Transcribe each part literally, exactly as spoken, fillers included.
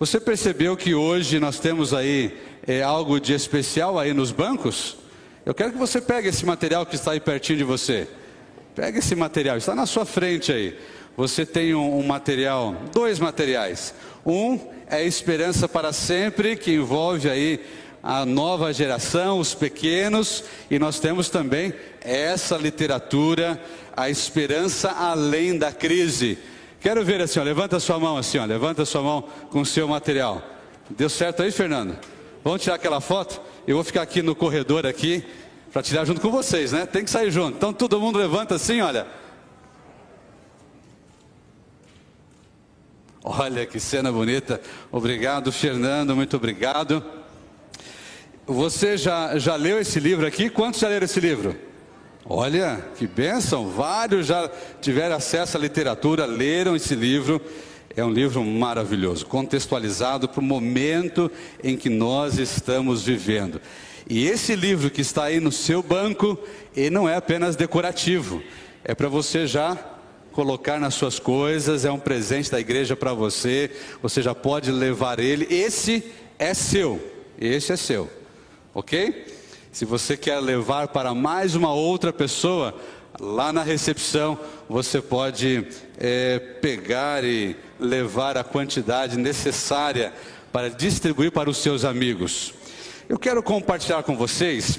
Você percebeu que hoje nós temos aí é, algo de especial aí nos bancos? Eu quero que você pegue esse material que está aí pertinho de você. Pega esse material, está na sua frente aí. Você tem um, um material, dois materiais. Um é Esperança para Sempre, que envolve aí a nova geração, os pequenos. E nós temos também essa literatura, A Esperança Além da Crise. Quero ver assim, ó, levanta a sua mão assim, ó, levanta a sua mão com o seu material. Deu certo aí, Fernando? Vamos tirar aquela foto? Eu vou ficar aqui no corredor aqui, para tirar junto com vocês, né? Tem que sair junto. Então todo mundo levanta assim, olha. Olha que cena bonita. Obrigado, Fernando, muito obrigado. Você já, já leu esse livro aqui? Quantos já leram esse livro? Olha, que bênção. Vários já tiveram acesso à literatura, leram esse livro. É um livro maravilhoso, contextualizado para o momento em que nós estamos vivendo. E esse livro que está aí no seu banco, ele não é apenas decorativo. É para você já colocar nas suas coisas, é um presente da igreja para você. Você já pode levar ele. Esse é seu, esse é seu, ok? Se você quer levar para mais uma outra pessoa, lá na recepção, você pode é, pegar e levar a quantidade necessária para distribuir para os seus amigos. Eu quero compartilhar com vocês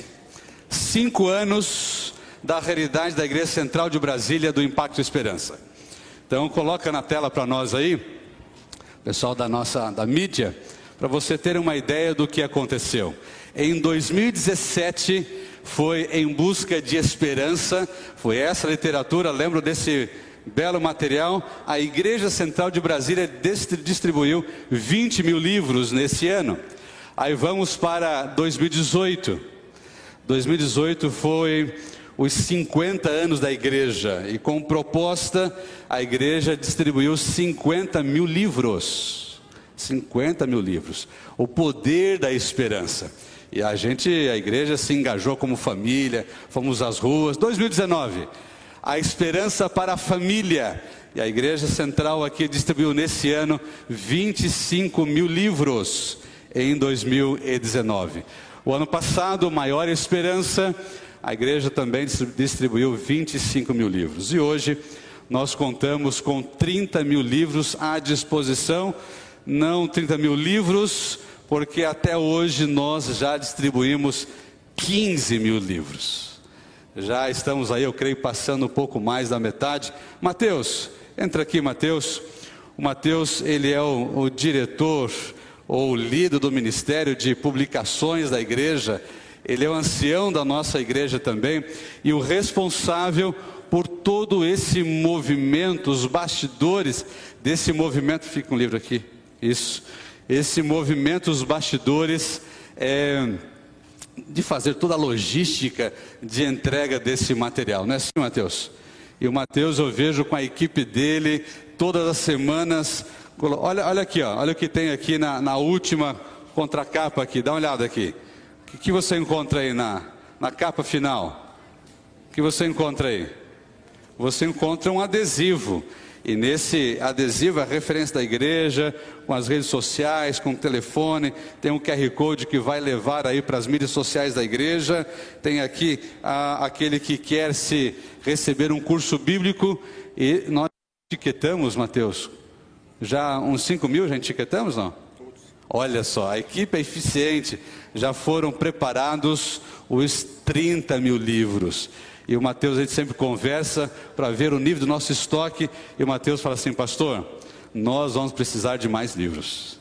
cinco anos da realidade da Igreja Central de Brasília do Impacto Esperança. Então coloca na tela para nós aí, pessoal da nossa da mídia, para você ter uma ideia do que aconteceu. Em dois mil e dezessete foi Em Busca de Esperança, foi essa literatura, lembro desse belo material. A Igreja Central de Brasília distribuiu vinte mil livros nesse ano. Aí vamos para dois mil e dezoito. dois mil e dezoito foi os cinquenta anos da igreja. E com proposta, a igreja distribuiu cinquenta mil livros. cinquenta mil livros. O poder da esperança. E a gente, a igreja se engajou como família, fomos às ruas. dois mil e dezenove, a esperança para a família. E a Igreja Central aqui distribuiu nesse ano vinte e cinco mil livros em dois mil e dezenove. O ano passado, Maior Esperança, a igreja também distribuiu vinte e cinco mil livros. E hoje nós contamos com trinta mil livros à disposição. Não trinta mil livros, porque até hoje nós já distribuímos quinze mil livros. Já estamos aí, eu creio, passando um pouco mais da metade. Mateus, entra aqui, Mateus. O Mateus, ele é o, o diretor ou o líder do Ministério de Publicações da igreja. Ele é o ancião da nossa igreja também e o responsável por todo esse movimento, os bastidores desse movimento. Fica um livro aqui, isso. Esse movimento, os bastidores, é, de fazer toda a logística de entrega desse material, não é assim, Mateus? E o Mateus, eu vejo com a equipe dele, todas as semanas. Olha, olha aqui, ó, olha o que tem aqui na, na última contracapa aqui, dá uma olhada aqui. O que, que você encontra aí na, na capa final? O que você encontra aí? Você encontra um adesivo. E nesse adesivo, a referência da igreja, com as redes sociais, com o telefone, tem um Q R Code que vai levar aí para as mídias sociais da igreja. Tem aqui a, aquele que quer se receber um curso bíblico. E nós etiquetamos, Mateus, já uns cinco mil, já etiquetamos, não? Olha só, a equipe é eficiente, já foram preparados os trinta mil livros. E o Mateus, a gente sempre conversa para ver o nível do nosso estoque. E o Mateus fala assim: pastor, nós vamos precisar de mais livros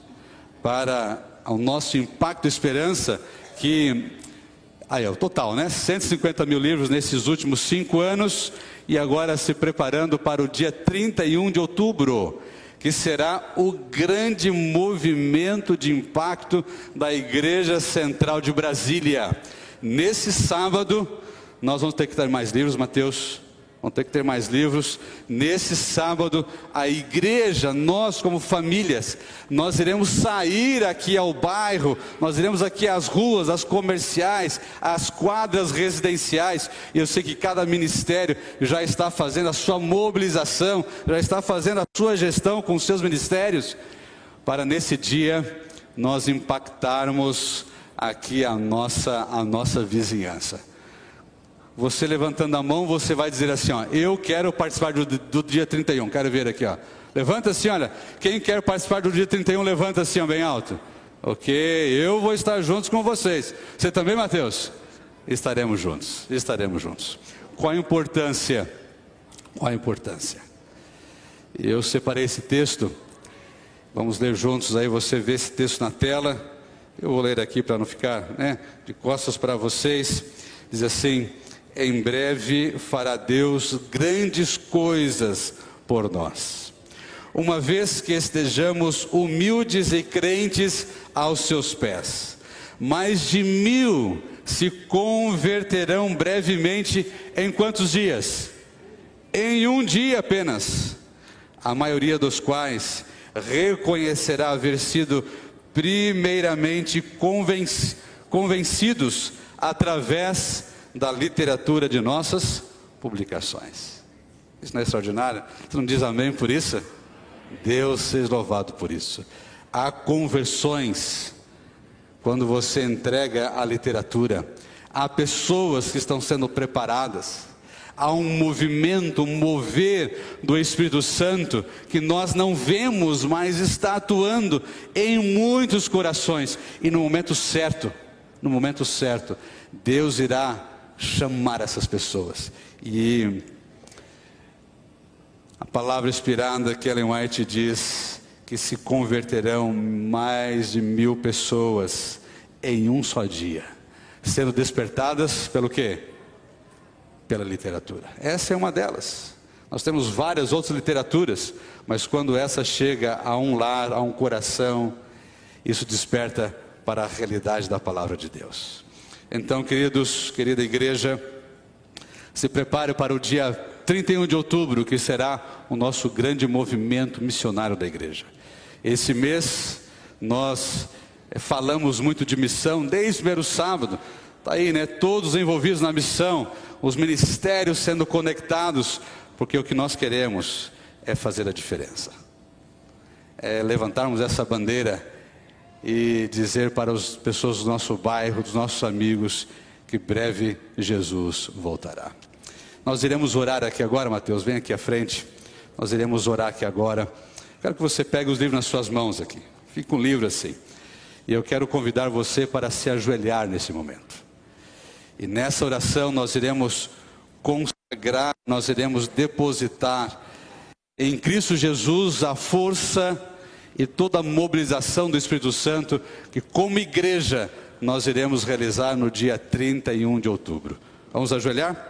para o nosso Impacto Esperança, que aí é o total, né? cento e cinquenta mil livros nesses últimos cinco anos. E agora se preparando para o dia trinta e um de outubro, que será o grande movimento de impacto da Igreja Central de Brasília. Nesse sábado, nós vamos ter que ter mais livros, Mateus. Vamos ter que ter mais livros. Nesse sábado, a igreja, nós como famílias, nós iremos sair aqui ao bairro, nós iremos aqui às ruas, às comerciais, às quadras residenciais. E eu sei que cada ministério já está fazendo a sua mobilização, já está fazendo a sua gestão com os seus ministérios, para nesse dia nós impactarmos aqui a nossa, a nossa vizinhança. Você levantando a mão, você vai dizer assim, ó, eu quero participar do, do dia trinta e um, quero ver aqui, ó. Levanta assim, olha, quem quer participar do dia trinta e um, levanta assim, ó, bem alto. Ok, eu vou estar juntos com vocês. Você também, Mateus? Estaremos juntos, estaremos juntos. Qual a importância? Qual a importância? Eu separei esse texto, vamos ler juntos aí, você vê esse texto na tela. Eu vou ler aqui para não ficar, né, de costas para vocês. Diz assim: em breve fará Deus grandes coisas por nós, uma vez que estejamos humildes e crentes aos seus pés. Mais de mil se converterão brevemente em quantos dias? Em um dia apenas, a maioria dos quais reconhecerá haver sido primeiramente convenc- convencidos através da literatura de nossas publicações. Isso não é extraordinário? Você não diz amém por isso? Deus seja louvado por isso. Há conversões quando você entrega a literatura. Há pessoas que estão sendo preparadas. Há um movimento, um mover do Espírito Santo que nós não vemos, mas está atuando em muitos corações. E no momento certo, no momento certo, Deus irá chamar essas pessoas. E a palavra inspirada que Ellen White diz que se converterão mais de mil pessoas em um só dia, sendo despertadas pelo quê? Pela literatura. Essa é uma delas. Nós temos várias outras literaturas, mas quando essa chega a um lar, a um coração, isso desperta para a realidade da palavra de Deus. Então, queridos, querida igreja, se prepare para o dia trinta e um de outubro, que será o nosso grande movimento missionário da igreja. Esse mês nós falamos muito de missão, desde o primeiro sábado, está aí, né? Todos envolvidos na missão, os ministérios sendo conectados, porque o que nós queremos é fazer a diferença, é levantarmos essa bandeira e dizer para as pessoas do nosso bairro, dos nossos amigos, que breve Jesus voltará. Nós iremos orar aqui agora, Mateus, vem aqui à frente. Nós iremos orar aqui agora. Quero que você pegue os livros nas suas mãos aqui. Fique com o livro assim. E eu quero convidar você para se ajoelhar nesse momento. E nessa oração nós iremos consagrar, nós iremos depositar em Cristo Jesus a força e toda a mobilização do Espírito Santo, que como igreja nós iremos realizar no dia trinta e um de outubro. Vamos ajoelhar?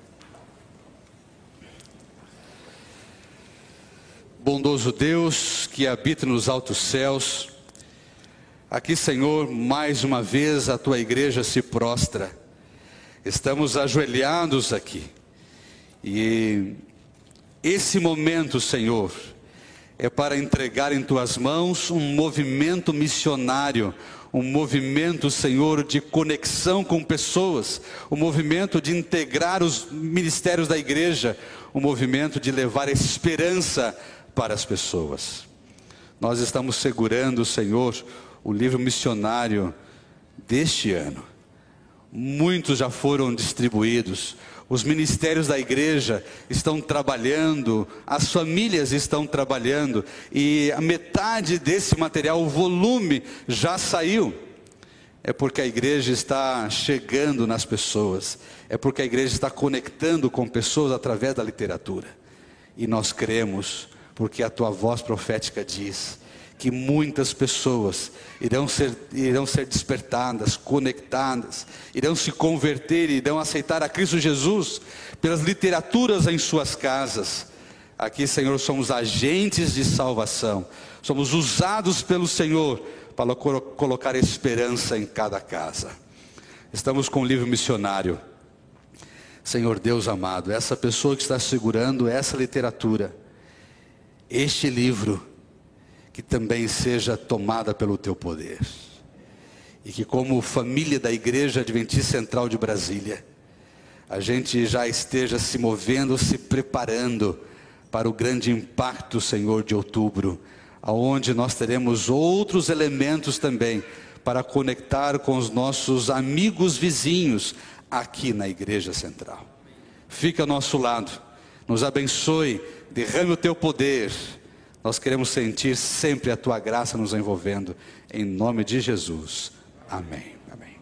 Bondoso Deus, que habita nos altos céus, aqui, Senhor, mais uma vez a Tua igreja se prostra. Estamos ajoelhados aqui. E esse momento, Senhor, é para entregar em Tuas mãos um movimento missionário, um movimento, Senhor, de conexão com pessoas, um movimento de integrar os ministérios da igreja, um movimento de levar esperança para as pessoas. Nós estamos segurando, Senhor, o livro missionário deste ano. Muitos já foram distribuídos. Os ministérios da igreja estão trabalhando, as famílias estão trabalhando, e a metade desse material, o volume, já saiu. É porque a igreja está chegando nas pessoas, é porque a igreja está conectando com pessoas através da literatura. E nós cremos, porque a Tua voz profética diz que muitas pessoas irão ser, irão ser despertadas, conectadas, irão se converter, irão aceitar a Cristo Jesus pelas literaturas em suas casas. Aqui, Senhor, somos agentes de salvação, somos usados pelo Senhor para colocar esperança em cada casa. Estamos com o livro missionário. Senhor Deus amado, essa pessoa que está segurando essa literatura, este livro, que também seja tomada pelo Teu poder, e que como família da Igreja Adventista Central de Brasília, a gente já esteja se movendo, se preparando para o grande impacto, Senhor, de outubro, aonde nós teremos outros elementos também para conectar com os nossos amigos vizinhos aqui na Igreja Central. Fica ao nosso lado, nos abençoe, derrame o teu poder. Nós queremos sentir sempre a tua graça nos envolvendo, em nome de Jesus. Amém. Amém.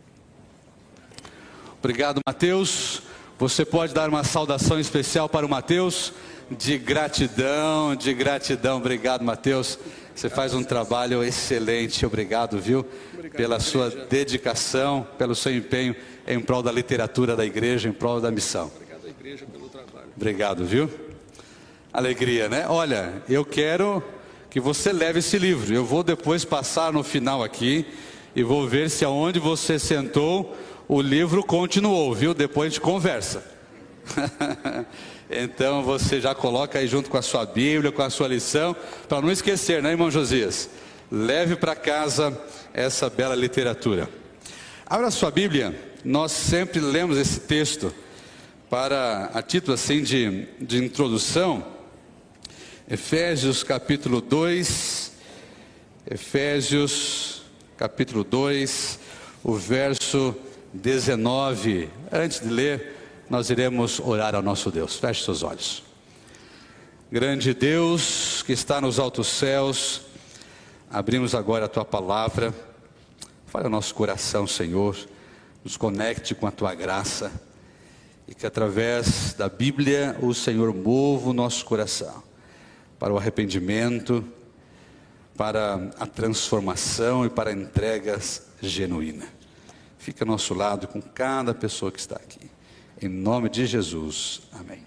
Obrigado, Mateus. Você pode dar uma saudação especial para o Mateus, de gratidão, de gratidão. Obrigado, Mateus. Você faz um trabalho excelente. Obrigado, viu? Obrigado, pela sua dedicação, pelo seu empenho em prol da literatura da igreja, em prol da missão. Obrigado, igreja, pelo trabalho. Obrigado, viu? Alegria, né? Olha, eu quero que você leve esse livro. Eu vou depois passar no final aqui e vou ver se aonde você sentou o livro continuou, viu? Depois a gente conversa. Então você já coloca aí junto com a sua Bíblia, com a sua lição, para não esquecer, né, irmão Josias? Leve para casa essa bela literatura. Abra a sua Bíblia. Nós sempre lemos esse texto para, a título assim de, de introdução, Efésios capítulo dois, Efésios capítulo dois, o verso dezenove. Antes de ler, nós iremos orar ao nosso Deus. Feche seus olhos. Grande Deus que está nos altos céus, abrimos agora a tua palavra. Fale ao nosso coração, Senhor, nos conecte com a tua graça e que através da Bíblia o Senhor mova o nosso coração para o arrependimento, para a transformação e para a entrega genuína. Fica ao nosso lado com cada pessoa que está aqui. Em nome de Jesus, amém.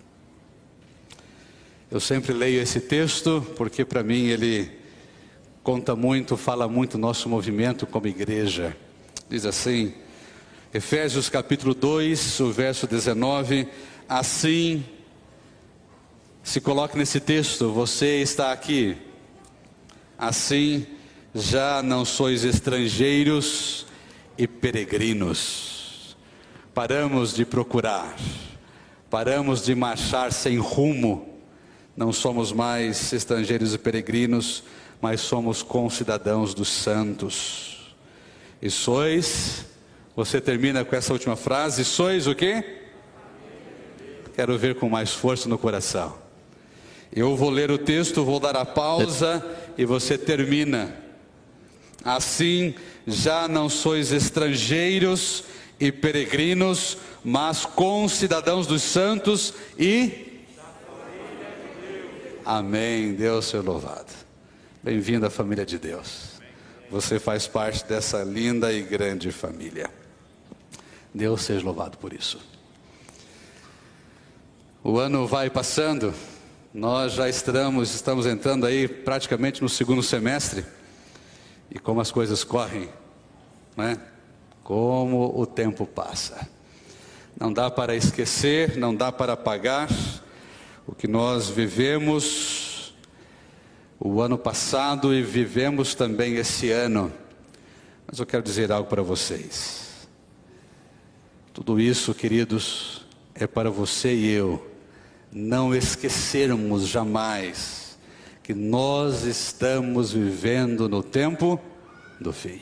Eu sempre leio esse texto porque para mim ele conta muito, fala muito do nosso movimento como igreja. Diz assim, Efésios capítulo dois, o verso dezenove, assim, se coloque nesse texto, você está aqui, assim já não sois estrangeiros e peregrinos. Paramos de procurar, paramos de marchar sem rumo, não somos mais estrangeiros e peregrinos, mas somos concidadãos dos santos. E sois, você termina com essa última frase, sois o quê? Quero ver com mais força no coração. Eu vou ler o texto, vou dar a pausa e você termina. Assim, já não sois estrangeiros e peregrinos, mas concidadãos dos santos e... Amém, Deus seja louvado. Bem-vindo à família de Deus. Você faz parte dessa linda e grande família. Deus seja louvado por isso. O ano vai passando, nós já estamos, estamos entrando aí praticamente no segundo semestre. E como as coisas correm, né? Como o tempo passa. Não dá para esquecer, não dá para apagar o que nós vivemos o ano passado e vivemos também esse ano. Mas eu quero dizer algo para vocês. Tudo isso, queridos, é para você e eu não esquecermos jamais que nós estamos vivendo no tempo do fim.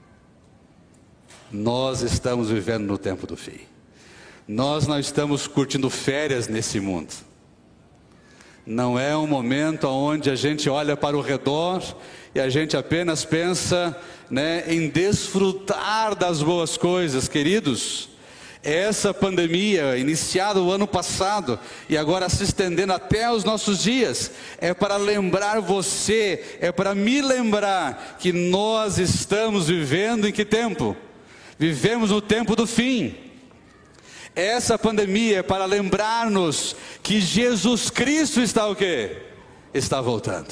Nós estamos vivendo no tempo do fim. Nós não estamos curtindo férias nesse mundo. Não é um momento onde a gente olha para o redor e a gente apenas pensa, né, em desfrutar das boas coisas, queridos. Essa pandemia, iniciada o ano passado e agora se estendendo até os nossos dias, é para lembrar você, é para me lembrar que nós estamos vivendo em que tempo? Vivemos no tempo do fim. Essa pandemia é para lembrar-nos que Jesus Cristo está o quê? Está voltando.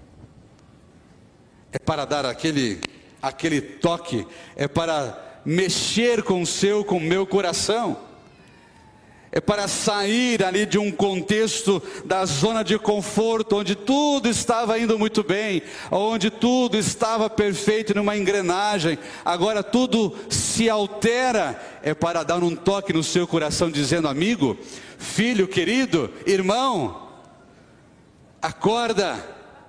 É para dar aquele, aquele toque, é para mexer com o seu, com o meu coração. É para sair ali de um contexto da zona de conforto, onde tudo estava indo muito bem, onde tudo estava perfeito numa engrenagem, agora tudo se altera. É para dar um toque no seu coração, dizendo: amigo, filho querido, irmão, acorda,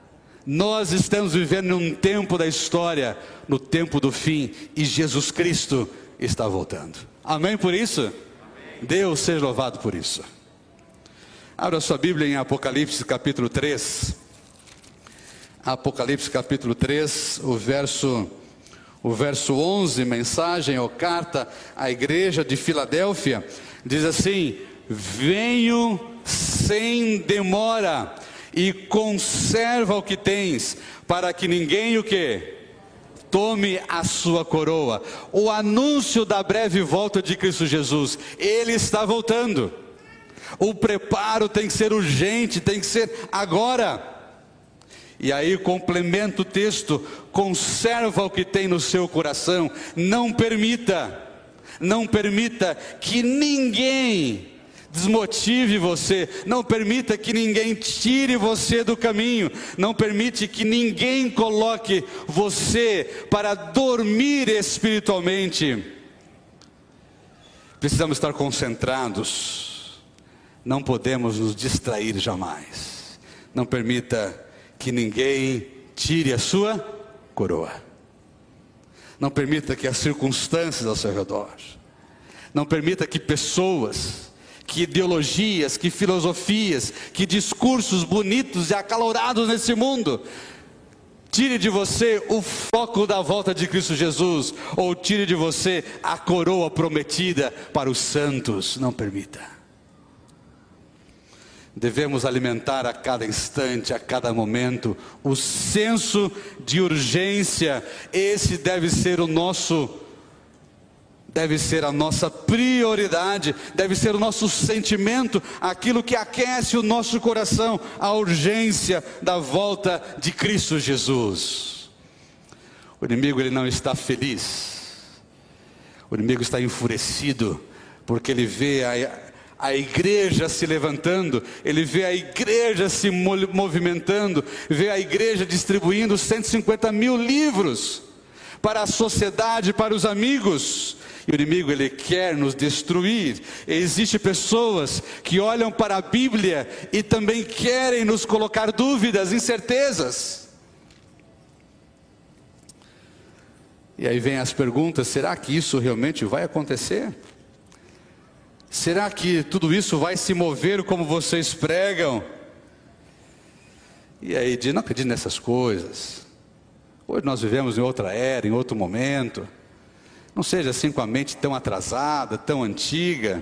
Nós estamos vivendo num tempo da história, no tempo do fim, e Jesus Cristo está voltando. Amém por isso? Amém. Deus seja louvado por isso. Abra sua Bíblia em Apocalipse capítulo três. Apocalipse capítulo três, o verso, o verso onze, mensagem ou carta à igreja de Filadélfia, diz assim: venho sem demora, e conserva o que tens, para que ninguém o que? Tome a sua coroa. O anúncio da breve volta de Cristo Jesus, Ele está voltando. O preparo tem que ser urgente, tem que ser agora. E aí complementa o texto: conserva o que tem no seu coração, não permita, não permita que ninguém desmotive você, não permita que ninguém tire você do caminho, não permite que ninguém coloque você para dormir espiritualmente. Precisamos estar concentrados, não podemos nos distrair jamais. Não permita que ninguém tire a sua coroa, não permita que as circunstâncias ao seu redor, não permita que pessoas, que ideologias, que filosofias, que discursos bonitos e acalorados nesse mundo tire de você o foco da volta de Cristo Jesus, ou tire de você a coroa prometida para os santos. Não permita. Devemos alimentar a cada instante, a cada momento, o senso de urgência. Esse deve ser o nosso Deve ser a nossa prioridade, deve ser o nosso sentimento, aquilo que aquece o nosso coração, a urgência da volta de Cristo Jesus. O inimigo, ele não está feliz, o inimigo está enfurecido, porque ele vê a, a igreja se levantando, ele vê a igreja se movimentando, vê a igreja distribuindo cento e cinquenta mil livros para a sociedade, para os amigos. E o inimigo, ele quer nos destruir. Existem pessoas que olham para a Bíblia e também querem nos colocar dúvidas, incertezas. E aí vem as perguntas: será que isso realmente vai acontecer? Será que tudo isso vai se mover como vocês pregam? E aí diz: não acredito nessas coisas. Hoje nós vivemos em outra era, em outro momento. Não seja assim com a mente tão atrasada, tão antiga.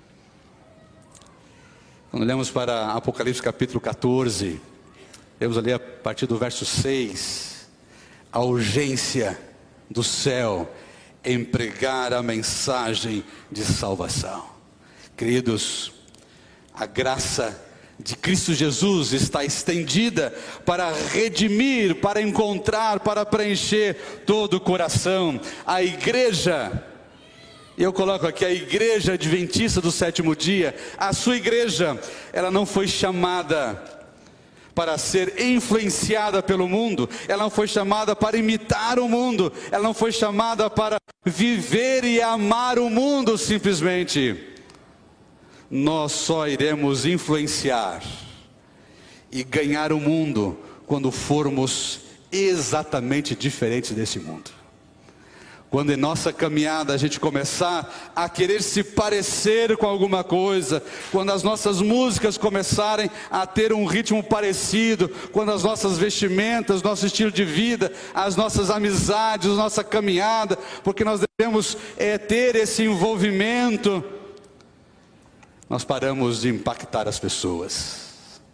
Quando olhamos para Apocalipse capítulo catorze, vemos ali a partir do verso seis, a urgência do céu em pregar a mensagem de salvação. Queridos, a graça de Cristo Jesus está estendida para redimir, para encontrar, para preencher todo o coração. A igreja, eu coloco aqui a igreja adventista do sétimo dia, a sua igreja, ela não foi chamada para ser influenciada pelo mundo, ela não foi chamada para imitar o mundo, ela não foi chamada para viver e amar o mundo simplesmente. Nós só iremos influenciar e ganhar o mundo quando formos exatamente diferentes desse mundo. Quando em nossa caminhada a gente começar a querer se parecer com alguma coisa, quando as nossas músicas começarem a ter um ritmo parecido, quando as nossas vestimentas, nosso estilo de vida, as nossas amizades, nossa caminhada, porque nós devemos é, ter esse envolvimento, nós paramos de impactar as pessoas.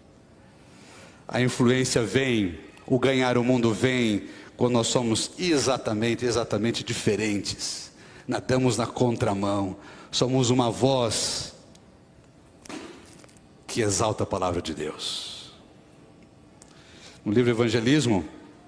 A influência vem, o ganhar o mundo vem, quando nós somos exatamente, exatamente diferentes. Nadamos na contramão, somos uma voz que exalta a palavra de Deus. No livro Evangelismo,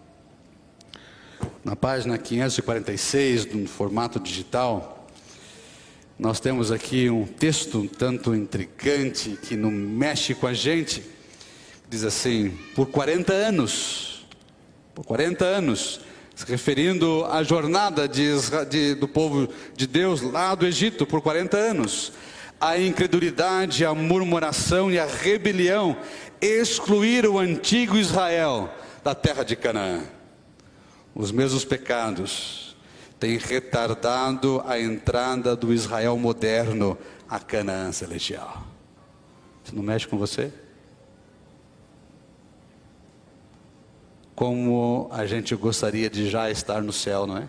na página quinhentos e quarenta e seis, no formato digital, nós temos aqui um texto um tanto intrigante, que não mexe com a gente. Diz assim: por quarenta anos, por quarenta anos, se referindo à jornada de, de, do povo de Deus lá do Egito, por quarenta anos, a incredulidade, a murmuração e a rebelião excluíram o antigo Israel da terra de Canaã. Os mesmos pecados têm retardado a entrada do Israel moderno a Canaã celestial. Isso não mexe com você? Como a gente gostaria de já estar no céu, não é?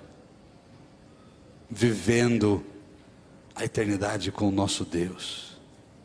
Vivendo a eternidade com o nosso Deus.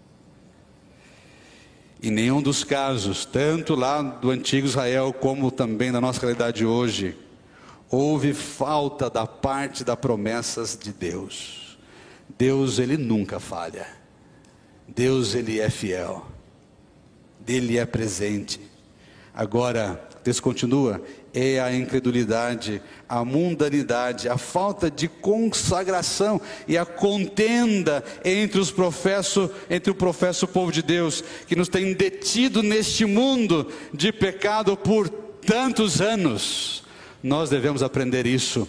Em nenhum dos casos, tanto lá do antigo Israel como também da nossa realidade hoje, houve falta da parte das promessas de Deus. Deus, Ele nunca falha. Deus, Ele é fiel. Dele é presente. Agora, o texto continua, é a incredulidade, a mundanidade, a falta de consagração e a contenda entre os professos, entre o professo povo de Deus, que nos tem detido neste mundo de pecado por tantos anos. Nós devemos aprender isso.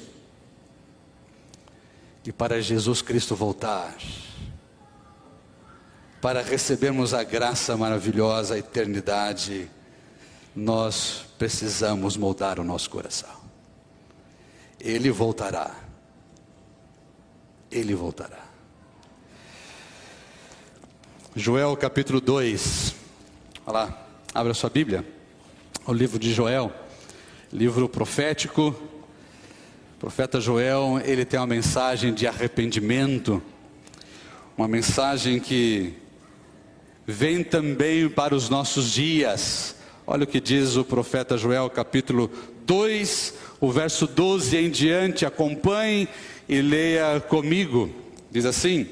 E para Jesus Cristo voltar, para recebermos a graça maravilhosa, a eternidade, nós precisamos moldar o nosso coração. Ele voltará. Ele voltará. Joel capítulo dois. Olha lá, abra sua Bíblia. O livro de Joel, livro profético. O profeta Joel, ele tem uma mensagem de arrependimento. Uma mensagem que vem também para os nossos dias. Olha o que diz o profeta Joel, capítulo dois, o verso doze em diante. Acompanhe e leia comigo. Diz assim: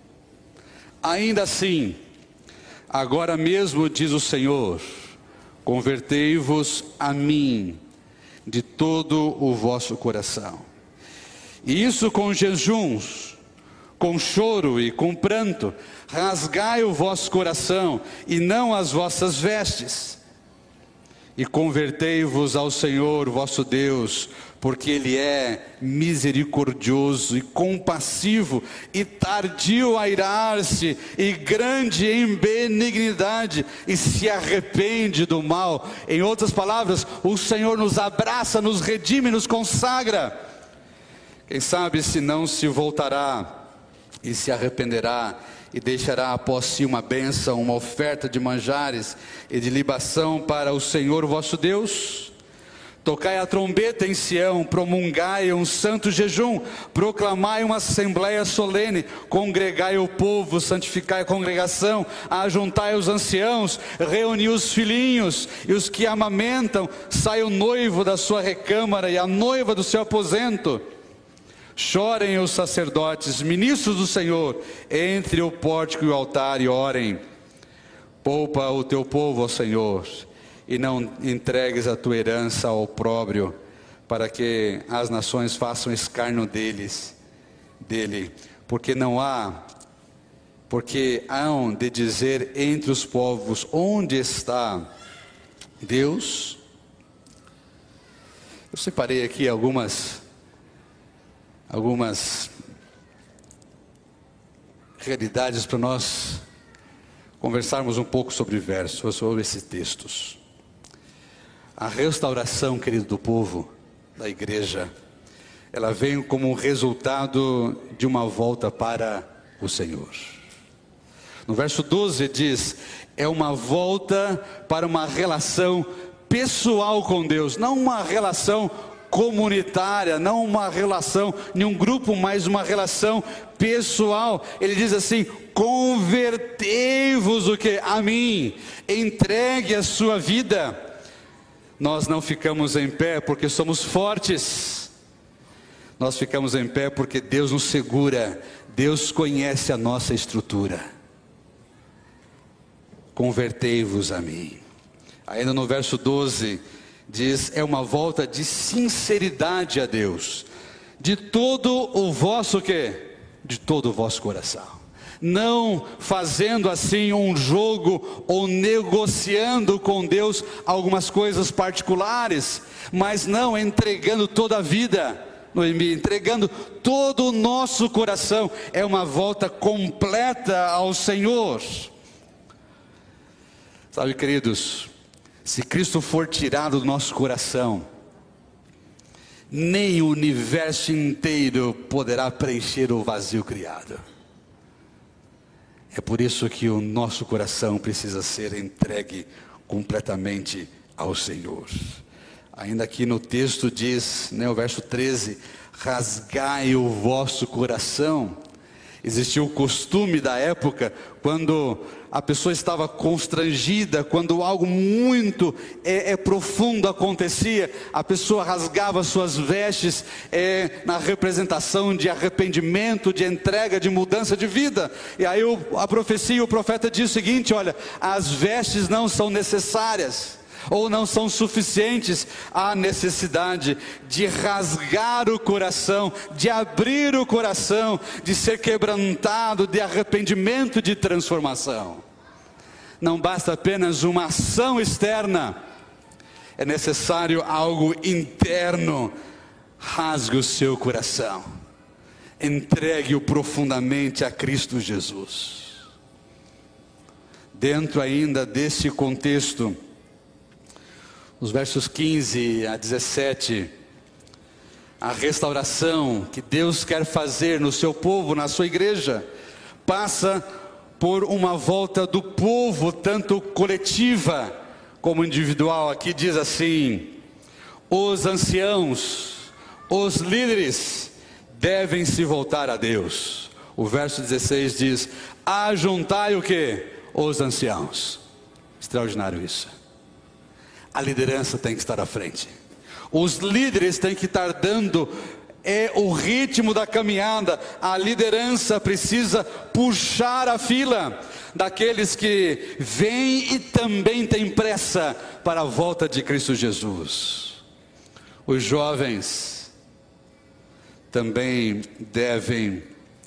ainda assim, agora mesmo diz o Senhor, convertei-vos a mim de todo o vosso coração, e isso com jejuns, com choro e com pranto. Rasgai o vosso coração e não as vossas vestes, e convertei-vos ao Senhor vosso Deus, porque Ele é misericordioso e compassivo, e tardio a irar-se, e grande em benignidade, e se arrepende do mal. Em outras palavras, o Senhor nos abraça, nos redime, nos consagra. Quem sabe se não se voltará e se arrependerá, e deixará após si uma bênção, uma oferta de manjares e de libação para o Senhor vosso Deus. Tocai a trombeta em Sião, promulgai um santo jejum, proclamai uma assembleia solene, congregai o povo, santificai a congregação, ajuntai os anciãos, reuni os filhinhos e os que amamentam, sai o noivo da sua recâmara e a noiva do seu aposento. Chorem os sacerdotes, ministros do Senhor, entre o pórtico e o altar, e orem. Poupa o teu povo ao Senhor, e não entregues a tua herança ao opróbrio, para que as nações façam escárnio deles, dele, porque não há, porque hão de dizer entre os povos, onde está Deus? Eu separei aqui algumas algumas realidades para nós conversarmos um pouco sobre versos, sobre esses textos. A restauração, querido, do povo, da igreja, ela vem como um resultado de uma volta para o Senhor. No verso doze diz, é uma volta para uma relação pessoal com Deus, não uma relação comunitária, não uma relação em um grupo, mas uma relação pessoal. Ele diz assim, convertei-vos o que? A mim, entregue a sua vida. Nós não ficamos em pé porque somos fortes, nós ficamos em pé porque Deus nos segura, Deus conhece a nossa estrutura. Convertei-vos a mim. Ainda no verso doze, diz, é uma volta de sinceridade a Deus, de todo o vosso quê? De todo o vosso coração. Não fazendo assim um jogo ou negociando com Deus algumas coisas particulares, mas não entregando toda a vida, Noemi, entregando todo o nosso coração. É uma volta completa ao Senhor. Sabe, queridos, Se Cristo for tirado do nosso coração, nem o universo inteiro poderá preencher o vazio criado. É por isso que o nosso coração precisa ser entregue completamente ao Senhor. Ainda aqui no texto diz, né, o verso treze, rasgai o vosso coração. Existia o costume da época, quando a pessoa estava constrangida, quando algo muito é, é, profundo acontecia, a pessoa rasgava suas vestes, é, na representação de arrependimento, de entrega, de mudança de vida. E aí o, a profecia, o profeta diz o seguinte: olha, as vestes não são necessárias, ou não são suficientes, há necessidade de rasgar o coração, de abrir o coração, de ser quebrantado, de arrependimento, de transformação. Não basta apenas uma ação externa, é necessário algo interno. Rasgue o seu coração, entregue-o profundamente a Cristo Jesus. Dentro ainda desse contexto, os versos quinze a dezessete, a restauração que Deus quer fazer no seu povo, na sua igreja, passa por uma volta do povo, tanto coletiva como individual. Aqui diz assim: os anciãos, os líderes devem se voltar a Deus. O verso dezesseis diz: ajuntai o que? Os anciãos. Extraordinário isso. A liderança tem que estar à frente. Os líderes têm que estar dando é, o ritmo da caminhada. A liderança precisa puxar a fila daqueles que vêm e também têm pressa para a volta de Cristo Jesus. Os jovens também devem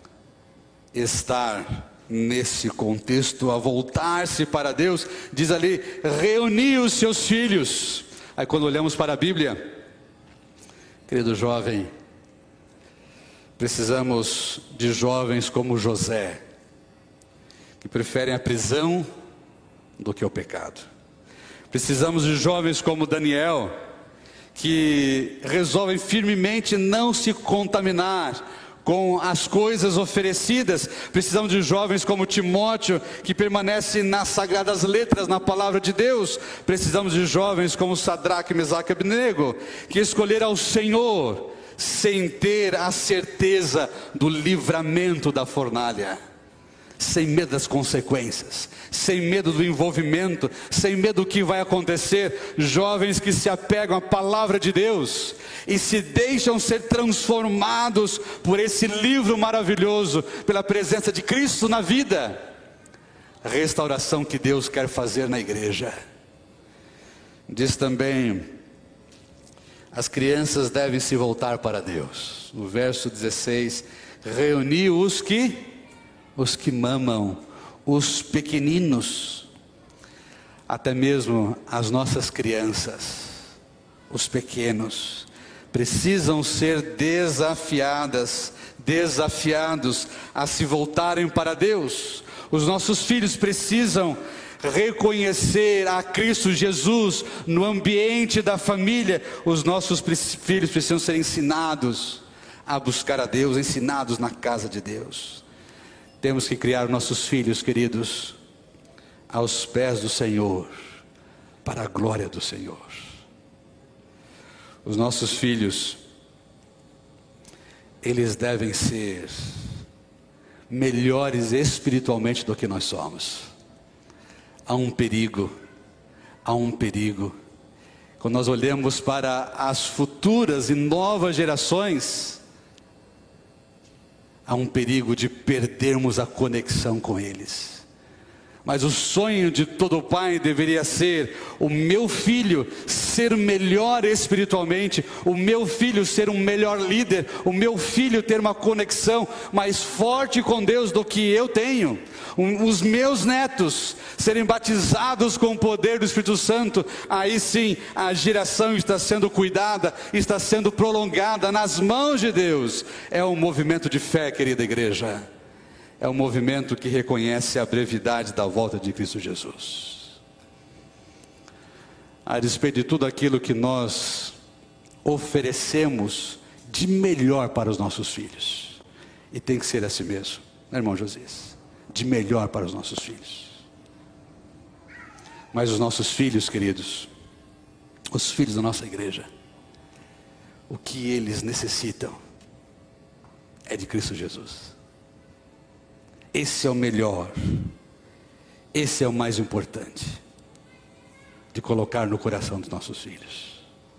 estar nesse contexto, a voltar-se para Deus. Diz ali: reunir os seus filhos. Aí quando olhamos para a Bíblia, querido jovem, precisamos de jovens como José, que preferem a prisão do que o pecado. Precisamos de jovens como Daniel, que resolvem firmemente não se contaminar com as coisas oferecidas. Precisamos de jovens como Timóteo, que permanece nas sagradas letras, na palavra de Deus. Precisamos de jovens como Sadraque, Mesaque e Abednego, que escolheram ao Senhor sem ter a certeza do livramento da fornalha, sem medo das consequências, sem medo do envolvimento, sem medo do que vai acontecer. Jovens que se apegam à palavra de Deus e se deixam ser transformados por esse livro maravilhoso, pela presença de Cristo na vida. A restauração que Deus quer fazer na igreja. Diz também: as crianças devem se voltar para Deus. No verso dezesseis: reuni os que os que mamam, os pequeninos, até mesmo as nossas crianças, os pequenos, precisam ser desafiadas, desafiados a se voltarem para Deus. Os nossos filhos precisam reconhecer a Cristo Jesus no ambiente da família. Os nossos filhos precisam ser ensinados a buscar a Deus, ensinados na casa de Deus. Temos que criar nossos filhos, queridos, aos pés do Senhor, para a glória do Senhor. Os nossos filhos, eles devem ser melhores espiritualmente do que nós somos. Há um perigo, há um perigo, quando nós olhamos para as futuras e novas gerações, há um perigo de perdermos a conexão com eles. Mas o sonho de todo pai deveria ser o meu filho ser melhor espiritualmente, o meu filho ser um melhor líder, o meu filho ter uma conexão mais forte com Deus do que eu tenho, um, os meus netos serem batizados com o poder do Espírito Santo. Aí sim a geração está sendo cuidada, está sendo prolongada nas mãos de Deus. É um movimento de fé, querida igreja. É um movimento que reconhece a brevidade da volta de Cristo Jesus. a despeito de tudo aquilo que nós oferecemos de melhor para os nossos filhos. E tem que ser assim mesmo, né, irmão Josias? De melhor para os nossos filhos. Mas os nossos filhos, queridos, os filhos da nossa igreja, o que eles necessitam é de Cristo Jesus. Esse é o melhor, esse é o mais importante de colocar no coração dos nossos filhos.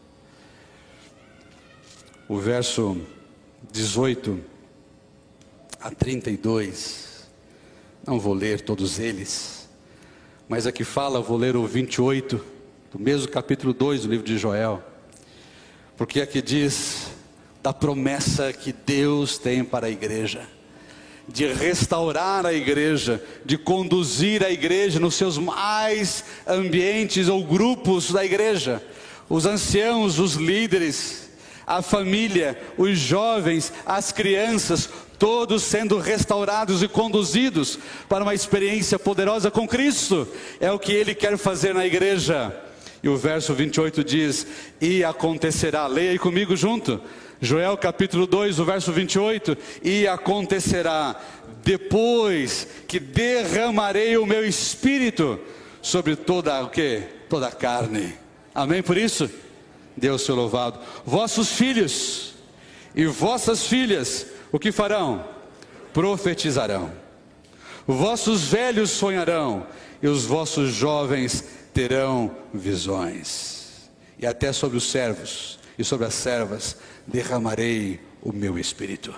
O verso dezoito a trinta e dois, não vou ler todos eles, mas aqui fala, vou ler o vinte e oito, do mesmo capítulo dois do livro de Joel, porque aqui diz da promessa que Deus tem para a igreja, de restaurar a igreja, de conduzir a igreja nos seus mais ambientes ou grupos da igreja, os anciãos, os líderes, a família, os jovens, as crianças, todos sendo restaurados e conduzidos para uma experiência poderosa com Cristo. É o que Ele quer fazer na igreja. E o verso vinte e oito diz, e acontecerá, leia aí comigo junto, Joel capítulo dois, o verso vinte e oito, e acontecerá, depois que derramarei o meu espírito sobre toda o quê? Toda a carne. Amém por isso? Deus seja louvado. Vossos filhos e vossas filhas, o que farão? Profetizarão. Vossos velhos sonharão, e os vossos jovens terão visões. E até sobre os servos e sobre as servas derramarei o meu espírito.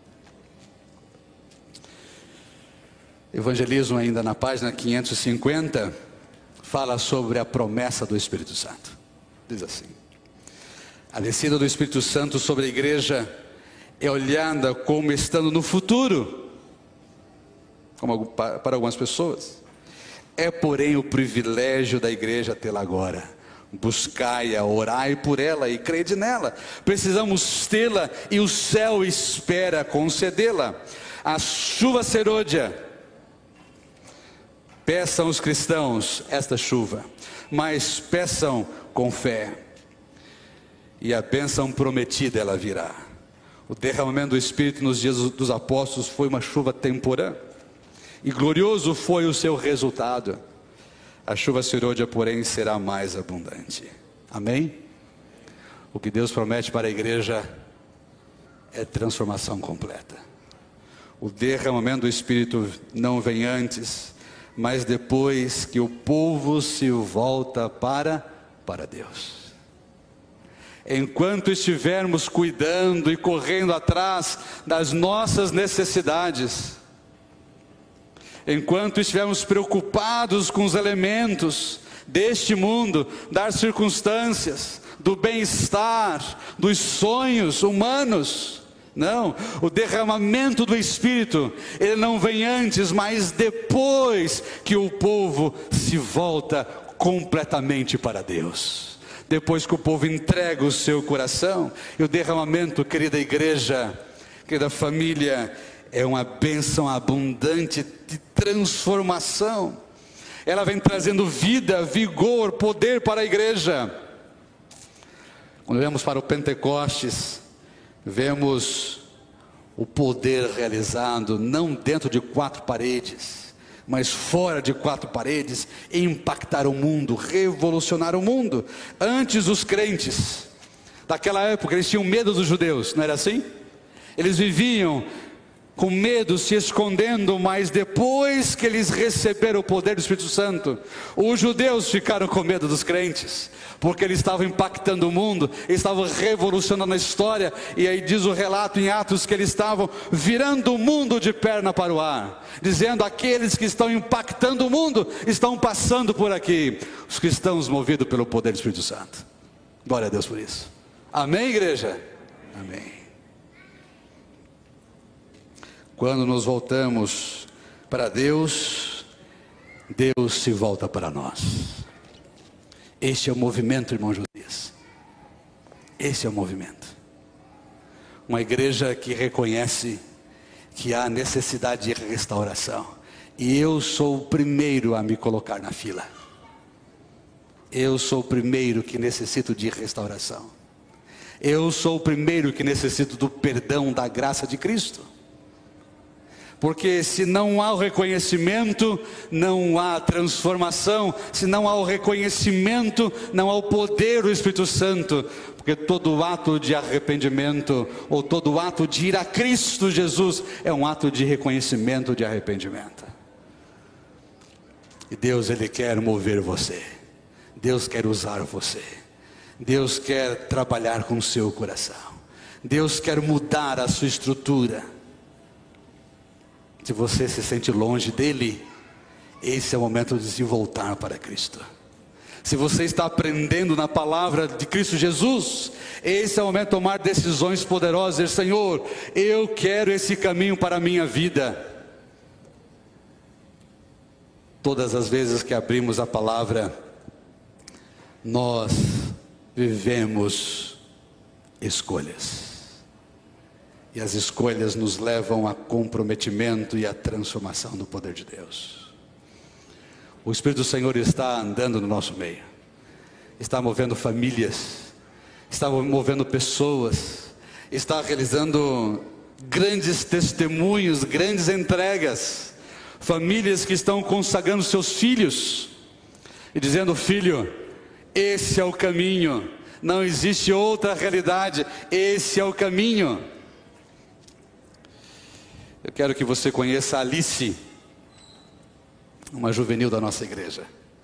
Evangelismo, ainda na página quinhentos e cinquenta, fala sobre a promessa do Espírito Santo. Diz assim: a descida do Espírito Santo sobre a igreja é olhada como estando no futuro, como para algumas pessoas. É porém o privilégio da igreja tê-la agora. Buscai-a, orai por ela e crede nela. Precisamos tê-la e o céu espera concedê-la. A chuva serôdia, peçam os cristãos esta chuva, mas peçam com fé, e a bênção prometida ela virá. O derramamento do Espírito nos dias dos apóstolos foi uma chuva temporã, e glorioso foi o seu resultado. A chuva serôdia, porém, será mais abundante. Amém? O que Deus promete para a igreja é transformação completa. O derramamento do Espírito não vem antes, mas depois que o povo se volta para, para Deus. Enquanto estivermos cuidando e correndo atrás das nossas necessidades, enquanto estivermos preocupados com os elementos deste mundo, das circunstâncias, do bem-estar, dos sonhos humanos, não, o derramamento do Espírito, ele não vem antes, mas depois que o povo se volta completamente para Deus, depois que o povo entrega o seu coração. E o derramamento, querida igreja, querida família, é uma bênção abundante de transformação. Ela vem trazendo vida, vigor, poder para a igreja. Quando vemos para o Pentecostes, vemos o poder realizado não dentro de quatro paredes, mas fora de quatro paredes, impactar o mundo, revolucionar o mundo. Antes, os crentes daquela época, eles tinham medo dos judeus, não era assim? Eles viviam com medo, se escondendo, mas depois que eles receberam o poder do Espírito Santo, os judeus ficaram com medo dos crentes, porque eles estavam impactando o mundo, eles estavam revolucionando a história. E aí diz o relato em Atos que eles estavam virando o mundo de perna para o ar, dizendo: aqueles que estão impactando o mundo estão passando por aqui, os cristãos movidos pelo poder do Espírito Santo. Glória a Deus por isso. Amém, igreja? Amém. Quando nos voltamos para Deus, Deus se volta para nós. Este é o movimento, irmão Josias. Esse é o movimento. Uma igreja que reconhece que há necessidade de restauração. E eu sou o primeiro a me colocar na fila. eu sou o primeiro que necessito de restauração. Eu sou o primeiro que necessito do perdão, da graça de Cristo. Porque se não há o reconhecimento, não há transformação. Se não há o reconhecimento, não há o poder do Espírito Santo. Porque todo ato de arrependimento, ou todo ato de ir a Cristo Jesus, é um ato de reconhecimento, de arrependimento. E Deus, Ele quer mover você. Deus quer usar você. Deus quer trabalhar com o seu coração. Deus quer mudar a sua estrutura. Se você se sente longe dEle, esse é o momento de se voltar para Cristo. Se você está aprendendo na palavra de Cristo Jesus, esse é o momento de tomar decisões poderosas. Dizer, Senhor, eu quero esse caminho para a minha vida. Todas as vezes que abrimos a palavra, nós vivemos escolhas. E as escolhas nos levam a comprometimento e a transformação do poder de Deus. O Espírito do Senhor está andando no nosso meio. Está movendo famílias. Está movendo pessoas. Está realizando grandes testemunhos, grandes entregas. Famílias que estão consagrando seus filhos. E dizendo, filho, esse é o caminho. Não existe outra realidade. Esse é o caminho. Eu quero que você conheça a Alice, uma juvenil da nossa igreja.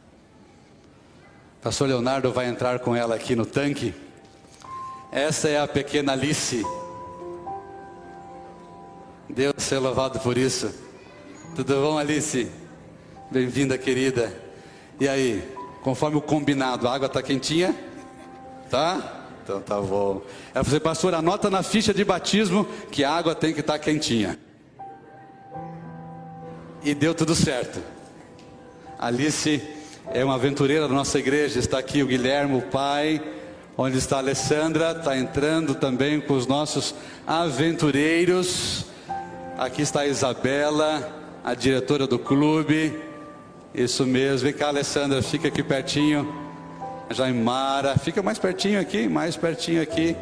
O pastor Leonardo vai entrar com ela aqui no tanque. Essa é a pequena Alice. Deus seja louvado por isso. Tudo bom, Alice? Bem-vinda, querida. E aí, conforme o combinado, a água está quentinha? Tá? Então tá bom. Ela falou, pastor, anota na ficha de batismo que a água tem que estar quentinha. E deu tudo certo. Alice é uma aventureira da nossa igreja. Está aqui o Guilherme, o pai. Onde está a Alessandra? Está entrando também com os nossos aventureiros. Aqui está a Isabela, a diretora do clube. Isso mesmo. Vem cá, Alessandra, fica aqui pertinho. Jaimara, fica mais pertinho aqui, mais pertinho aqui.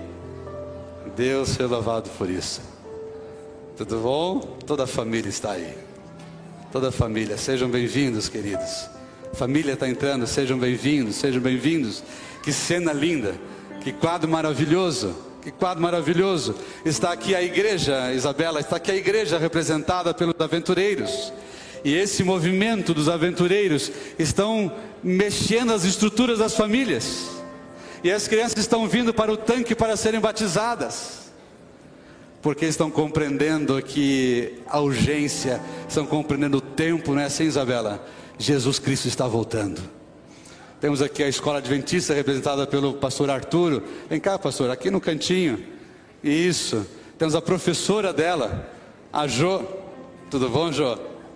Deus seja louvado por isso. Tudo bom? Toda a família está aí. Toda a família, sejam bem-vindos, queridos. Família está entrando, sejam bem-vindos, sejam bem-vindos. Que cena linda, que quadro maravilhoso, que quadro maravilhoso. Está aqui a igreja, Isabela, está aqui a igreja representada pelos aventureiros. E esse movimento dos aventureiros estão mexendo as estruturas das famílias. E as crianças estão vindo para o tanque para serem batizadas. Porque estão compreendendo que a urgência, estão compreendendo o tempo, não é assim, Isabela? Jesus Cristo está voltando. Temos aqui a escola adventista representada pelo pastor Arturo. Vem cá, pastor, aqui no cantinho. Isso. Temos a professora dela, a Jo. Tudo bom, Jo?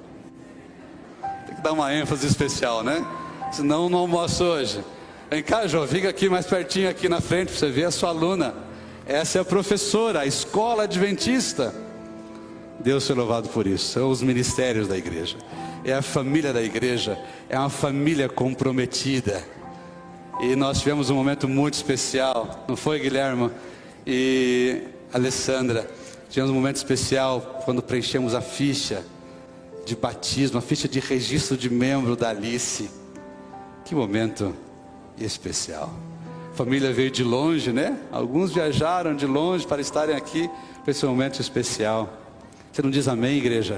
Tem que dar uma ênfase especial, né? Senão não almoço hoje. Vem cá, Jo, fica aqui mais pertinho aqui na frente para você ver a sua aluna. Essa é a professora, a escola adventista. Deus seja louvado por isso. São os ministérios da igreja. É a família da igreja. É uma família comprometida. E nós tivemos um momento muito especial. Não foi, Guilherme? E Alessandra. Tivemos um momento especial quando preenchemos a ficha de batismo, a ficha de registro de membro da Alice. Que momento especial. A família veio de longe, né? Alguns viajaram de longe para estarem aqui para esse momento especial. Você não diz amém, igreja?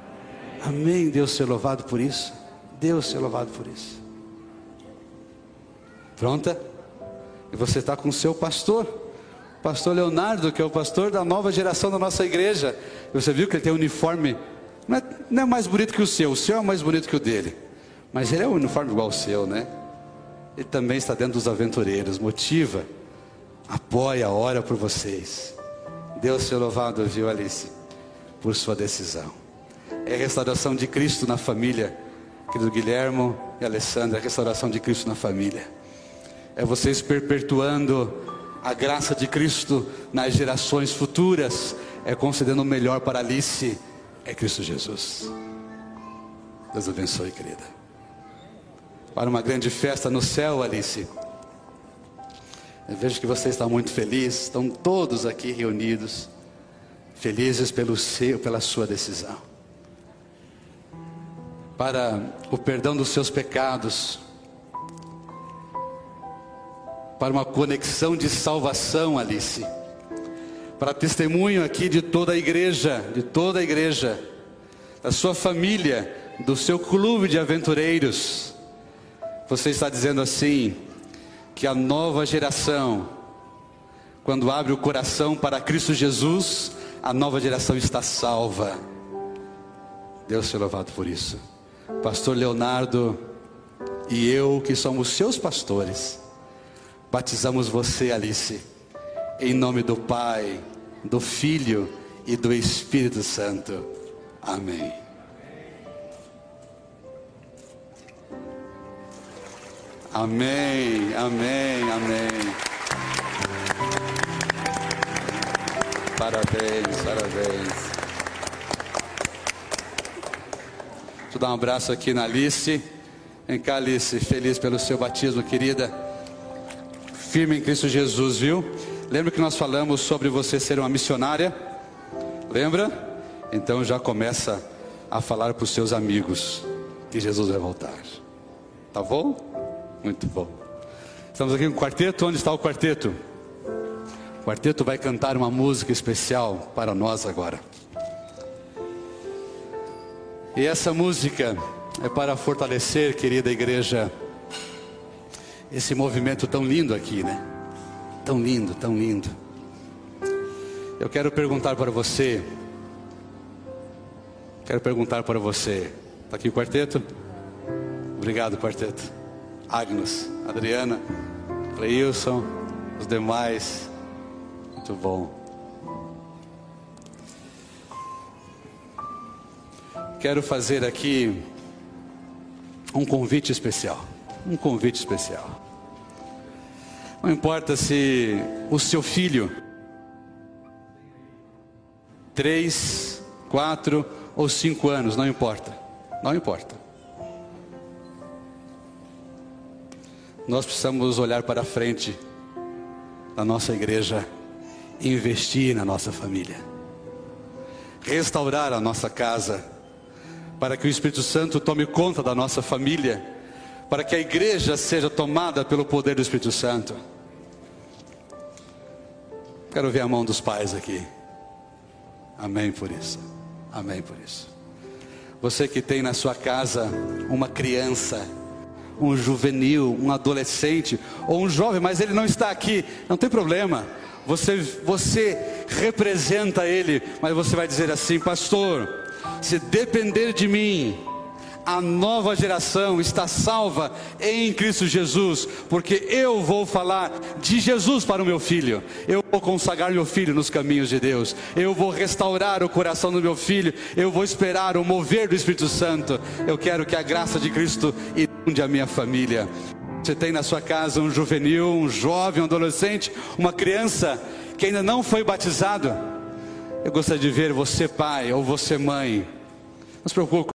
Amém. Deus seja louvado por isso. Deus seja louvado por isso. Pronta? E você está com o seu pastor, o pastor Leonardo, que é o pastor da nova geração da nossa igreja. E você viu que ele tem um uniforme, não é, não é mais bonito que o seu, o seu é mais bonito que o dele, mas ele é um uniforme igual ao seu, né? Ele também está dentro dos aventureiros, motiva, apoia, ora por vocês. Deus seja louvado, viu, Alice, por sua decisão. É a restauração de Cristo na família, querido Guilherme e Alessandra, é a restauração de Cristo na família. É vocês perpetuando a graça de Cristo nas gerações futuras, é concedendo o melhor para Alice, é Cristo Jesus. Deus abençoe, querida. para uma grande festa no céu, Alice. Eu vejo que você está muito feliz, estão todos aqui reunidos, felizes pelo seu, pela sua decisão. Para o perdão dos seus pecados, para uma conexão de salvação, Alice, para testemunho aqui de toda a igreja, de toda a igreja, da sua família, do seu clube de aventureiros. Você está dizendo assim, que a nova geração, quando abre o coração para Cristo Jesus, a nova geração está salva. Deus seja louvado por isso. Pastor Leonardo e eu, que somos seus pastores, batizamos você, Alice, em nome do Pai, do Filho e do Espírito Santo. Amém. Amém, amém, amém. Parabéns, parabéns. Deixa eu dar um abraço aqui na Alice. Vem cá, Alice, feliz pelo seu batismo, querida. Firme em Cristo Jesus, viu? Lembra que nós falamos sobre você ser uma missionária? Lembra? Então já começa a falar para os seus amigos que Jesus vai voltar. Tá bom? Muito bom. Estamos aqui com o quarteto. Onde está o quarteto? O quarteto vai cantar uma música especial para nós agora. E essa música é para fortalecer, querida igreja, esse movimento tão lindo aqui, né? Tão lindo, tão lindo. Eu quero perguntar para você. Quero perguntar para você. Está aqui o quarteto? Obrigado, quarteto. Agnes, Adriana, Cleilson, os demais. Muito bom. Quero fazer aqui um convite especial. Um convite especial. Não importa se o seu filho, três, quatro ou cinco anos, não importa. Não importa. Nós precisamos olhar para frente na nossa igreja, investir na nossa família, restaurar a nossa casa, para que o Espírito Santo tome conta da nossa família, para que a igreja seja tomada pelo poder do Espírito Santo. Quero ver a mão dos pais aqui. Amém por isso. Amém por isso. Você que tem na sua casa uma criança, um juvenil, um adolescente ou um jovem, mas ele não está aqui, não tem problema. Você, você representa ele, mas você vai dizer assim: pastor, se depender de mim, a nova geração está salva em Cristo Jesus, porque eu vou falar de Jesus para o meu filho, eu vou consagrar meu filho nos caminhos de Deus, eu vou restaurar o coração do meu filho, eu vou esperar o mover do Espírito Santo. Eu quero que a graça de Cristo inunde a minha família. Você tem na sua casa um juvenil, um jovem, um adolescente, uma criança que ainda não foi batizado. Eu gostaria de ver você, pai, ou você, mãe. Não se preocupe.